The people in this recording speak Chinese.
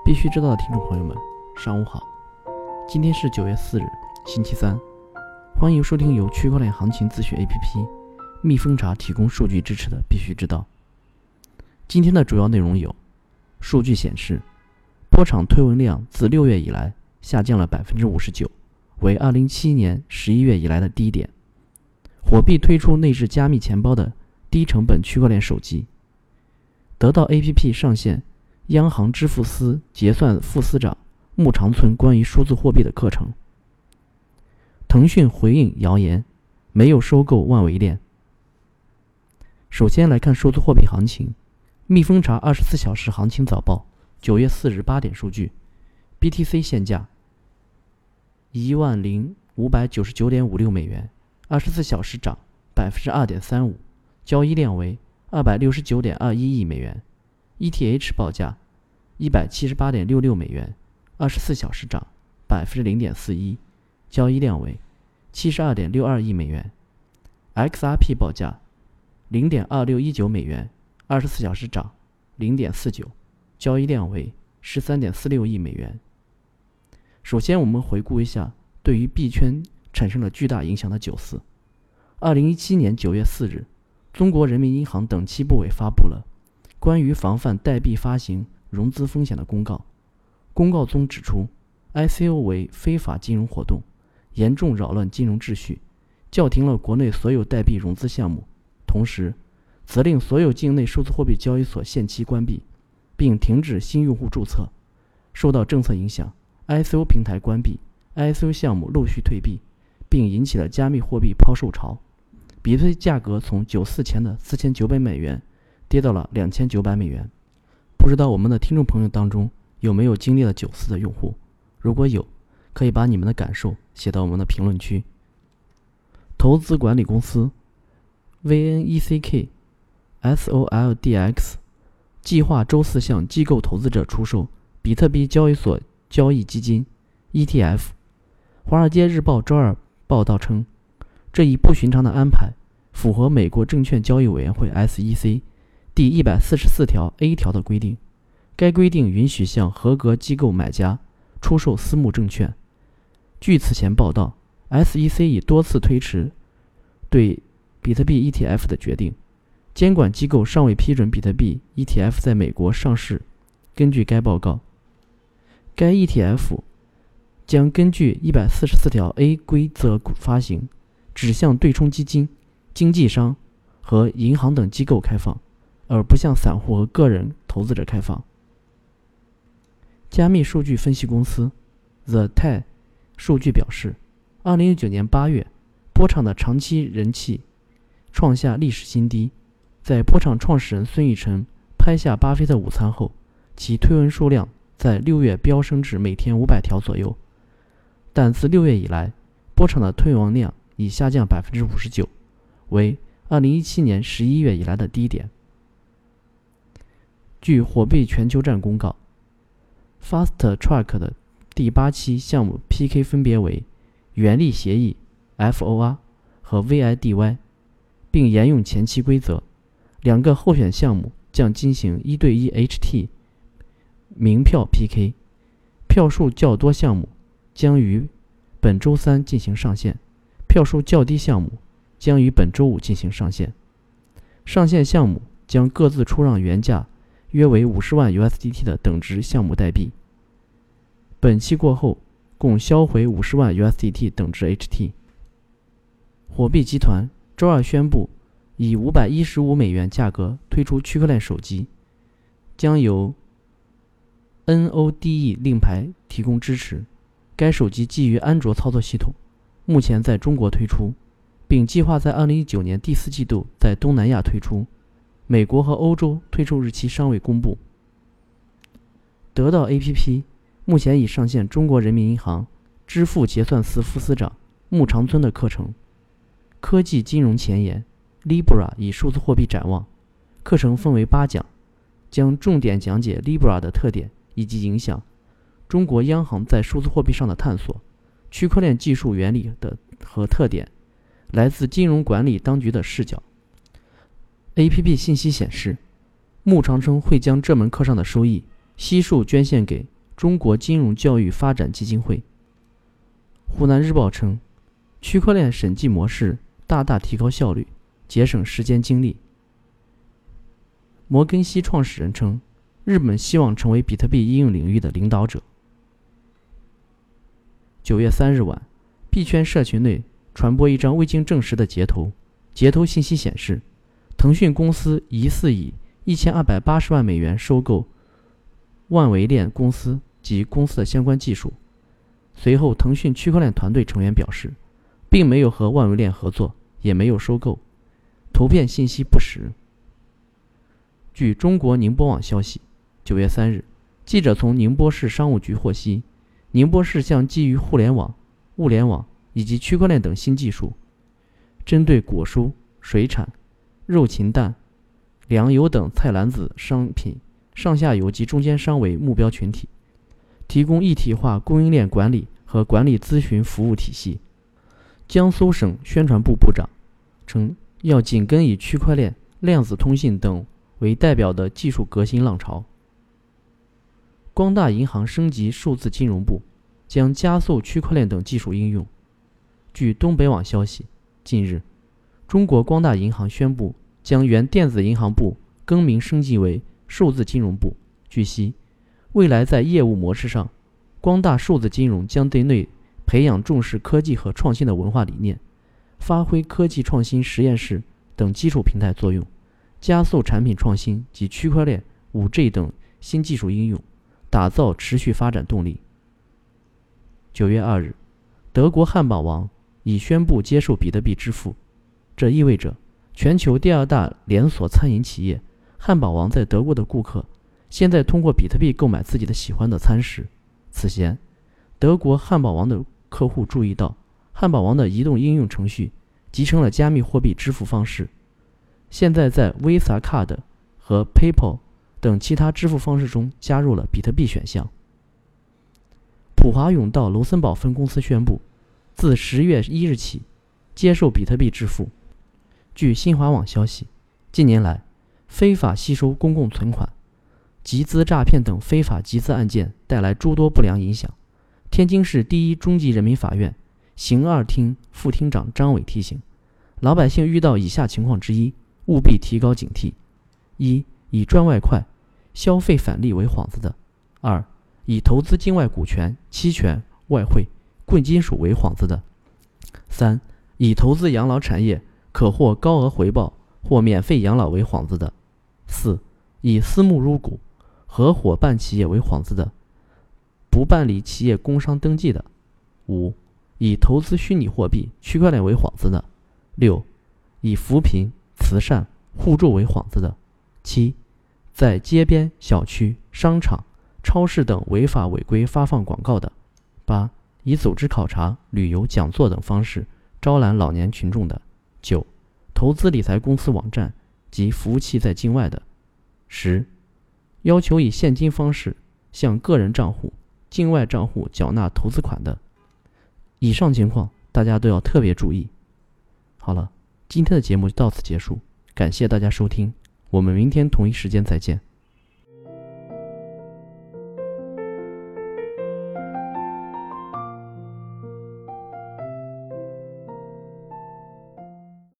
必须知道的听众朋友们，上午好。今天是9月4日，星期三。欢迎收听由区块链行情自学 APP 蜜蜂茶提供数据支持的必须知道。今天的主要内容有：数据显示，波场推文量自6月以来下降了 59%， 为2017年11月以来的低点。火币推出内置加密钱包的低成本区块链手机。得到 APP 上线央行支付司结算副司长穆长村关于数字货币的课程。腾讯回应谣言，没有收购万维链。首先来看数字货币行情。蜜蜂茶24小时行情早报9月4日8点数据， BTC 现价 10,599.56 美元，24小时涨 2.35%， 交易量为 269.21 亿美元。ETH 报价 178.66 美元，24小时涨 0.41%， 交易量为 72.62 亿美元。XRP 报价 0.2619 美元，24小时涨 0.49%， 交易量为 13.46 亿美元。首先我们回顾一下对于币圈产生了巨大影响的9次。2017年9月4日，中国人民银行等七部委发布了关于防范代币发行融资风险的公告。公告中指出， ICO 为非法金融活动，严重扰乱金融秩序，叫停了国内所有代币融资项目，同时责令所有境内数字货币交易所限期关闭，并停止新用户注册。受到政策影响， ICO 平台关闭， ICO 项目陆续退币，并引起了加密货币抛售潮。比特币价格从94前的4900美元跌到了2900美元。不知道我们的听众朋友当中有没有经历了9次的用户？如果有，可以把你们的感受写到我们的评论区。投资管理公司 VNECK SOLDX 计划周4向机构投资者出售比特币交易所交易基金 ETF。 华尔街日报周二报道称，这一不寻常的安排符合美国证券交易委员会 SEC 第144条 A 条的规定。该规定允许向合格机构买家出售私募证券。据此前报道， SEC 已多次推迟对比特币 ETF 的决定，监管机构尚未批准比特币 ETF 在美国上市。根据该报告，该 ETF 将根据144条 A 规则发行，只向对冲基金、经纪商和银行等机构开放，而不向散户和个人投资者开放。加密数据分析公司 The Tide 数据表示，2019年8月，波场的长期人气创下历史新低。在波场创始人孙宇晨拍下巴菲特午餐后，其推文数量在6月飙升至每天500条左右。但自6月以来，波场的推文量已下降 59%， 为2017年11月以来的低点。据火币全球站公告， Fast Track 的第8期项目 PK 分别为原力协议 FOR 和 VIDY， 并沿用前期规则。两个候选项目将进行1对1 HT 名票 PK， 票数较多项目将于本周3进行上线，票数较低项目将于本周5进行上线。上线项目将各自出让原价约为50万 USDT 的等值项目代币。本期过后，共销毁50万 USDT 等值 HT。 火币集团周二宣布，以515美元价格推出区块链手机，将由 NODE 令牌提供支持。该手机基于安卓操作系统，目前在中国推出，并计划在2019年第4季度在东南亚推出，美国和欧洲推出日期尚未公布。得到 APP 目前已上线中国人民银行支付结算司副司长穆长村的课程，科技金融前沿 Libra 以数字货币展望。课程分为8讲，将重点讲解 Libra 的特点以及影响，中国央行在数字货币上的探索，区块链技术原理和特点，来自金融管理当局的视角。APP 信息显示，穆长春会将这门课上的收益悉数捐献给中国金融教育发展基金会。湖南日报称，区块链审计模式大大提高效率，节省时间精力。摩根西创始人称，日本希望成为比特币应用领域的领导者。9月3日晚，币圈社群内传播一张未经证实的截图，截图信息显示，腾讯公司疑似以1280万美元收购万维链公司及公司的相关技术。随后，腾讯区块链团队成员表示，并没有和万维链合作，也没有收购，图片信息不实。据中国宁波网消息，9月3日，记者从宁波市商务局获悉，宁波市将基于互联网、物联网以及区块链等新技术，针对果蔬、水产、肉禽蛋、粮油等菜篮子商品上下游及中间商为目标群体，提供一体化供应链管理和管理咨询服务体系。江苏省宣传部部长称，要紧跟以区块链、量子通信等为代表的技术革新浪潮。光大银行升级数字金融部，将加速区块链等技术应用。据东北网消息，近日，中国光大银行宣布将原电子银行部更名升级为数字金融部。据悉，未来在业务模式上，光大数字金融将对内培养重视科技和创新的文化理念，发挥科技创新实验室等基础平台作用，加速产品创新及区块链、5G 等新技术应用，打造持续发展动力。9月2日，德国汉堡王已宣布接受比特币支付，这意味着全球第2大连锁餐饮企业汉堡王在德国的顾客现在通过比特币购买自己的喜欢的餐食。此前，德国汉堡王的客户注意到，汉堡王的移动应用程序集成了加密货币支付方式，现在在 Visa Card 和 PayPal 等其他支付方式中加入了比特币选项。普华永道卢森堡分公司宣布，自10月1日起接受比特币支付。据新华网消息，近年来非法吸收公共存款、集资诈骗等非法集资案件带来诸多不良影响。天津市第一中级人民法院刑2厅副厅长张伟提醒，老百姓遇到以下情况之一，务必提高警惕： 1. 以赚外快、消费返利为幌子的； 2. 以投资境外股权、期权、外汇、贵金属为幌子的； 3. 以投资养老产业可获高额回报或免费养老为幌子的； 4. 以私募入股、合伙办企业为幌子的，不办理企业工商登记的； 5. 以投资虚拟货币、区块链为幌子的； 6. 以扶贫、慈善、互助为幌子的； 7. 在街边、小区、商场、超市等违法违规发放广告的； 8. 以组织考察、旅游、讲座等方式招揽老年群众的； 9. 投资理财公司网站及服务器在境外的； 10. 要求以现金方式向个人账户、境外账户缴纳投资款的。以上情况大家都要特别注意。好了，今天的节目就到此结束，感谢大家收听，我们明天同一时间再见。